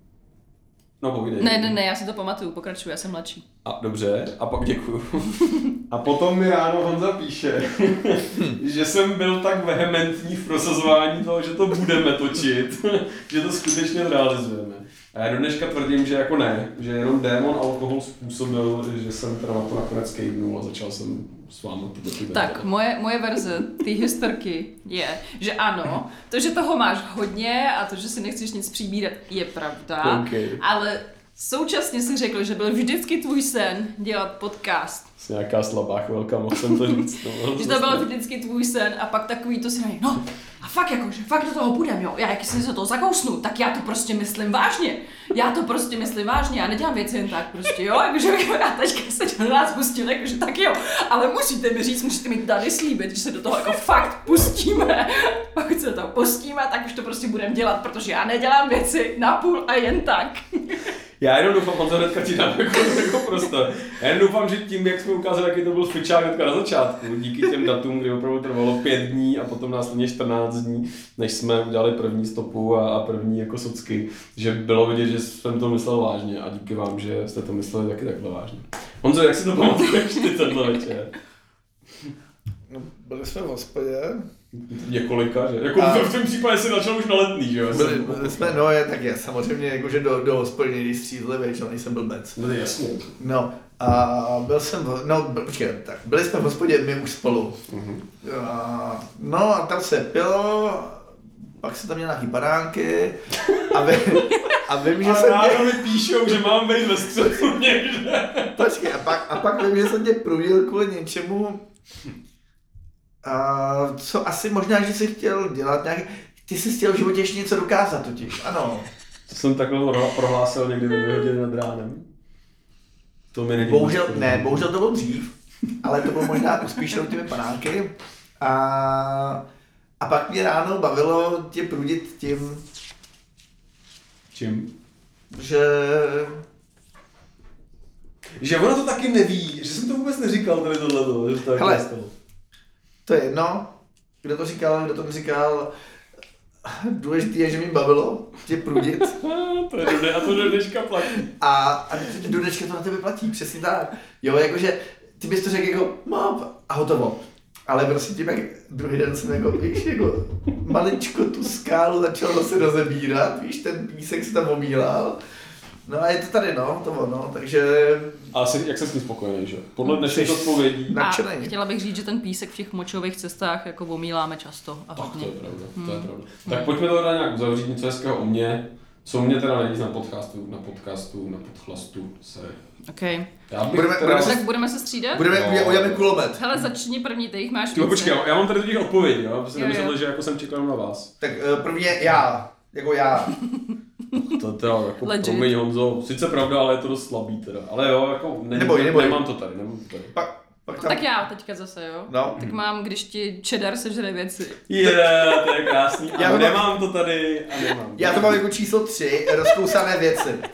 No povídej. Ne, já si to pamatuju, pokračuju, já jsem mladší. A dobře, a pak děkuju. A potom mi ráno Honza píše, že jsem byl tak vehementní v prosazování toho, že to budeme točit, že to skutečně realizujeme. A já do dneška tvrdím, že jako ne, že jenom démon alkohol způsobil, že jsem teda na to nakonec kejvnul a začal jsem s vámi tyto. Tak, moje verze té historky je, že ano, to, že toho máš hodně a to, že si nechceš nic přibírat, je pravda, ale současně si řekl, že byl vždycky tvůj sen dělat podcast. Jsi nějaká slabá chvilka, mohl jsem to říct. Že to byl vždycky tvůj sen a pak takový to si neví, no a fakt jakože, fakt do toho půjdem, jo, já jak si se toho zakousnu, tak já to prostě myslím vážně. Já nedělám věci jen tak prostě, jo, jakože já teďka se do nás pustím, jakože tak jo, ale musíte mi tady slíbit, že se do toho jako fakt pustíme. Pokud se do toho pustíme, tak už to prostě budeme dělat, protože já nedělám věci napůl a jen tak. Já jenom doufám, Honzo, hnedka ti dám jako prostor. Já jenom doufám, že tím, jak jsme ukázali, jaký to byl fičák hnedka na začátku, díky těm datům, kdy opravdu trvalo 5 dní a potom následně 14 dní, než jsme udělali první stopu a první jako socky, že bylo vidět, že jsem to myslel vážně a díky vám, že jste to mysleli taky takhle vážně. Honzo, jak si to pamatuješ ty tenhle večer? No, byli jsme v hospodě. Několika, že? Jako v tom případě si začal už na Letný, že jo? Byli jsme, no je, tak je, samozřejmě, jakože do hospody někdy střízli, většinou nejsem blbec. No jasně. No, a byli jsme v hospodě my už spolu. No a tam se pilo, pak se tam měl nějaký banánky a vím, že jsem ráno mi píšou, že mám být ve středu někde. Počkej, a pak vím, že jsem tě prudil kvůli něčemu, co asi možná, že jsi chtěl dělat nějaký, ty jsi chtěl v životě ještě něco dokázat totiž, ano. To jsem takhle prohlásil někdy ve 2 hodiny nad ránem. To mi není bohužel to bylo dřív, ale to bylo možná uspíšenou těmi panánky. A pak mě ráno bavilo tě prudit tím... Čím? Že ono to taky neví, že jsem to vůbec neříkal tady tohleto, že to tak nestalo. To je jedno, kdo to říkal, důležitý je, že mi bavilo tě prudit. A to do dneška platí. A do dneška to na tebe platí, přesně tak. Jo, jakože ty bys to řekl jako mám a hotovo. Ale prostě tím, jak druhý den jsem jako maličko tu skálu začal zase rozebírat, víš, ten písek se tam omílal. No a je to tady, no, to ono, takže... A jak jsi s tím spokojený, že? Podle dnešních odpovědí. A chtěla bych říct, že ten písek v těch močových cestách jako omíláme často a hodně. Tak to je pravda. Tak pojďme to teda nějak uzavřít, něco hezkého o mě. Co mě teda nejvíc na podcastu, na podchlastu se... Okay. Tak budeme se střídat? Uděláme kulomet. Hele, začni první, ty jich máš více. Počkej, já mám tady těch odpovědí, jo? Protože nemyslel, že jako jsem čekal na vás. Tak první je já, jako já. To teda jako promiň Honzo, sice pravda, ale je to dost slabý teda. Ale jo, jako nemám to tady. Pak tam... Tak já teďka zase, jo? No. Tak mám, když ti cheddar sežere věci. To je krásný. Nemám to tady a nemám. Já to mám jako číslo 3, rozkousané věci.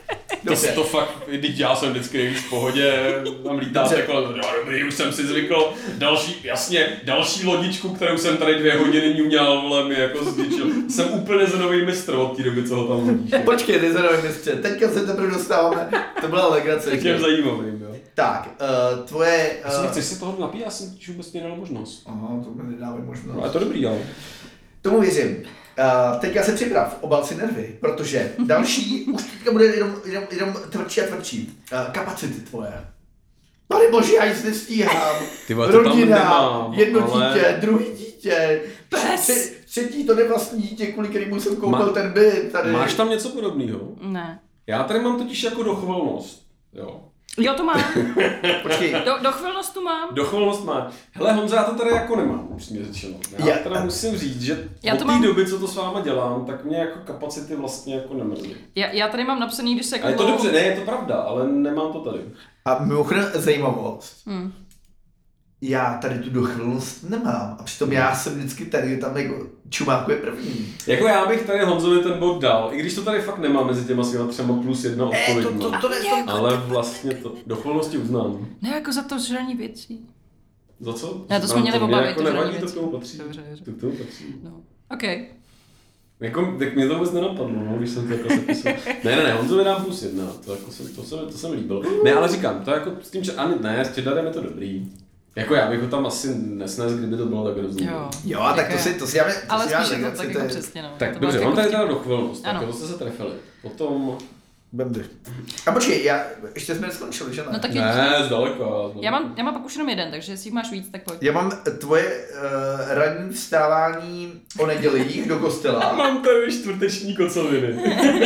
To fakt, když já jsem vždycky nejvíc v pohodě, tam lítáte kolem, dobrý, už jsem si zvykl, další lodičku, kterou jsem tady 2 hodiny měl, vole, mi jako zničil. Jsem úplně zenový mistr od té doby, co ho tam hodíš. Počkej, ty zenový mistře, teďka se teprve dostáváme, to byla legrace. Tak je zajímavým, jo. Tak, tvoje... Chceš si toho napít? Já jsem ti vůbec nedal možnost. Aha, to mi nedáme možnost. No, je to dobrý, ale. Tomu věřím. Teďka se připrav, obal si nervy, protože další už teďka bude jenom tvrdší a tvrdší. Kapacity tvoje. Pane bože, já nic nestíhám. Rodina, dítě, druhý dítě, třetí to nevlastní dítě, kvůli kterému jsem koupil ten byt tady. Máš tam něco podobného? Ne. Já tady mám totiž jako dochvilnost, jo. Jo, to mám. Počkej. Dochvilnost tu mám. Dochvilnost má. Hele Honzo, já to tady jako nemám, upřímně řečeno. Já teda musím říct, že od té doby, co to s váma dělám, tak mě jako kapacity vlastně jako nemrzí. Já tady mám napsaný, když se jako... A je to dobře, ne, je to pravda, ale nemám to tady. A mimochodem zajímavost. Já tady tu dochvilnost nemám. A přitom já jsem vždycky tady tam jako čumák je první. Jako já bych tady Honzovi ten bod dal, i když to tady fakt nemá mezi těma svýma 3+1 odpověďma. Ale vlastně to dochvilnosti uznám. Ne, jako za to žraní věcí. Za co? Ne, to jsme měli obavit, jako to žraní nevadí, to věcí. k tomu patří. Dobře. To k tomu patří. No. OK. Jako, tak mě to vůbec nenapadlo, no, když jsem to jako zapisoval. Ne, Honzovi dám +1, to, jako to se mi líbilo. Ne, ale říkám, to jako s tím, že ani ne, s Chedarem je to dobrý. Jako já bych ho tam asi nesnes, kdyby to bylo tak rozumné. Jo, a tak to si dáme. Ale spíš je to tak jako přesně, no. Tak dobře, on tady teda dochvilnost, tak to jste se trefili. Potom... Bendy. A počkej, ještě jsme neskončili, že ne? No, tak ne, zdaleka. Já mám pak už jenom jeden, takže jestli máš víc, tak pojď. Já mám tvoje ranní vstávání o nedělích do kostela. Mám tady čtvrteční kocoviny.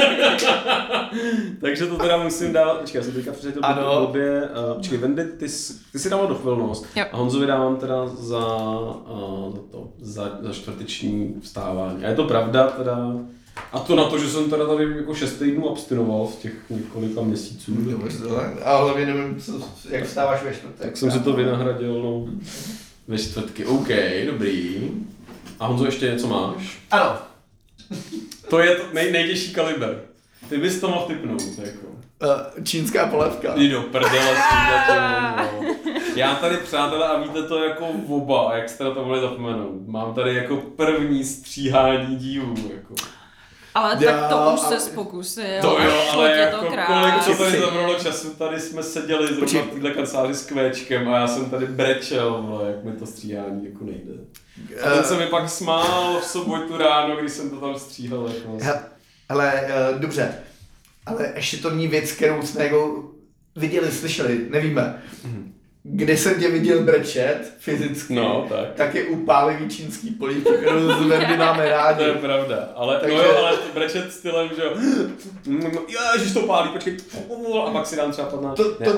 Takže to teda musím dát. Počkej, já jsem teďka přečetl po obě. Počkej, Vendy, ty si dával dochvilnost. A Honzovi dávám teda za čtvrteční vstávání. A je to pravda teda. A to na to, že jsem teda tady jako 6 týdnů abstinoval z těch několika měsíců. A hlavně nevím, jak vstáváš ve čtvrtek. Tak jsem si to vynahradil, no, ve čtvrtky. OK, dobrý. A Honzo, ještě něco máš? Ano. To je nejtěžší kaliber. Ty bys to mohl tipnout, jako. Čínská polévka. Jdi do prdele s tím. Já tady, přátelé, a víte to jako oba, jak jste na to mohli zapomenout. Mám tady jako první stříhání dílů, jako. Ale tak to už se pokusil. To jo, ale jako kolik to tady Tři. zabralo času, tady jsme seděli zrovna v téhle kanceláři s kvéčkem a já jsem tady brečel, vole, jak mi to stříhání jako nejde. A ten se mi pak smál v sobotu ráno, když jsem to tam stříhal. Jako. Hele, dobře, ale ještě to není věc, kterou jsme jako viděli, slyšeli, nevíme. Kde jsem tě viděl brečet fyzicky, no, tak je u pálivý čínský polívky, kterou z Vendy máme rádi. To je pravda, ale, takže... ale brečet stylem, že jo, ježiš to pálí, počkej, a pak si dám třeba padná.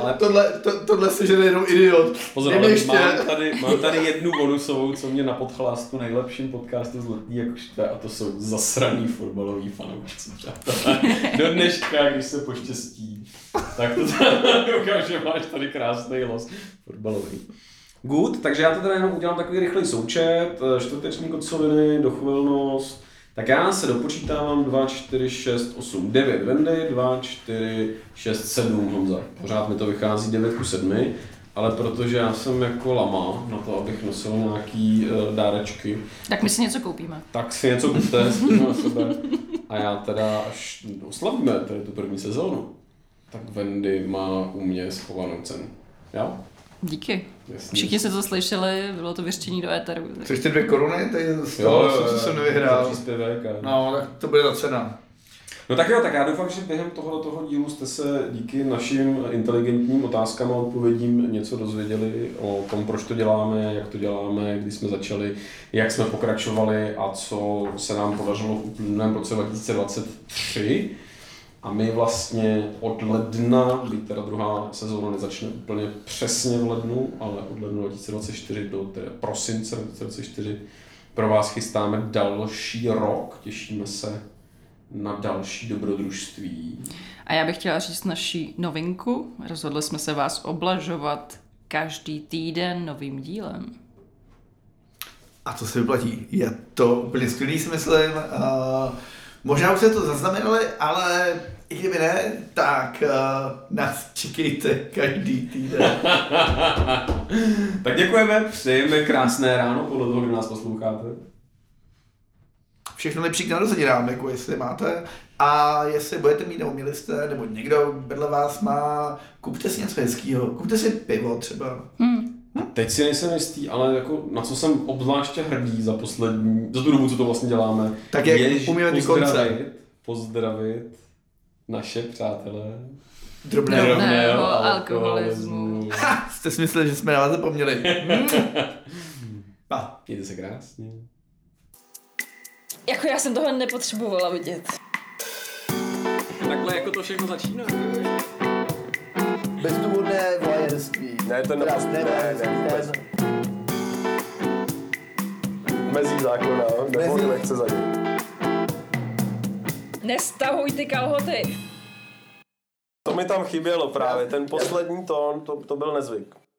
Tohle se žene jenom idiot. Pozor, ale mám tady jednu bonusovou, co mě na podchlástu nejlepším podcastu z Letní jako štve, a to jsou zasraný fotbalový fanoušci, přátelé. Do dneška, když se poštěstí, tak to doufám, že máš tady krásný los fotbalový. Good, takže já to teda jenom udělám takový rychlý součet, čtvrteční kocoviny, dochvilnost, tak já se dopočítávám 2, 4, 6, 8, 9 Vendy, 2, 4, 6, 7 Honza. Pořád mi to vychází 9:7, ale protože já jsem jako lama na to, abych nosil nějaký dárečky. Tak my si něco koupíme. Tak si něco kupte na sebe. A já teda až oslavíme tady tu první sezónu, tak Vendy má u mě schovanou cenu. Jo? Díky. Jasný. Všichni se to slyšeli, bylo to vyřčení do éteru. Chceš ty 2 koruny? To je z toho, co jsem nevyhrál. No, tak to bude ta cena. No tak jo, tak já doufám, že během tohoto dílu jste se díky našim inteligentním otázkám a odpovědím něco dozvěděli o tom, proč to děláme, jak to děláme, kdy jsme začali, jak jsme pokračovali a co se nám podařilo v uplynulém roce 2023. A my vlastně od ledna, byť teda druhá sezóna nezačne úplně přesně v lednu, ale od ledna 2024 do prosince 2024 pro vás chystáme další rok, těšíme se na další dobrodružství. A já bych chtěla říct naši novinku. Rozhodli jsme se vás oblažovat každý týden novým dílem. A to se vyplatí. Je to úplně skvělý, si myslím. Možná už se to zaznamenali, ale i kdyby ne, tak nás čekejte každý týden. Tak děkujeme, přejeme krásné ráno podle toho, kdy nás posloucháte. Všechno lepší k narozeninám, jako jestli máte. A jestli budete mít, nebo měli jste, nebo někdo vedle vás má, kupte si něco hezkýho. Kupte si pivo třeba. A teď si nejsem jistý, ale jako na co jsem obzvláště hrdý za tu dobu, co to vlastně děláme, tak jak je umíme pozdravit naše přátelé drobného alkoholismu. Jste si mysleli, že jsme na vás zapomněli. Mějte se krásně. Jako já jsem tohle nepotřebovala vidět. Takhle jako to všechno začíná. Bezdůvodné voajerství. Ne, ten ne. Mezí zákona, nebo nechce za ním. Nestahuj ty kalhoty. To mi tam chybělo právě, ten poslední tón, to byl nezvyk.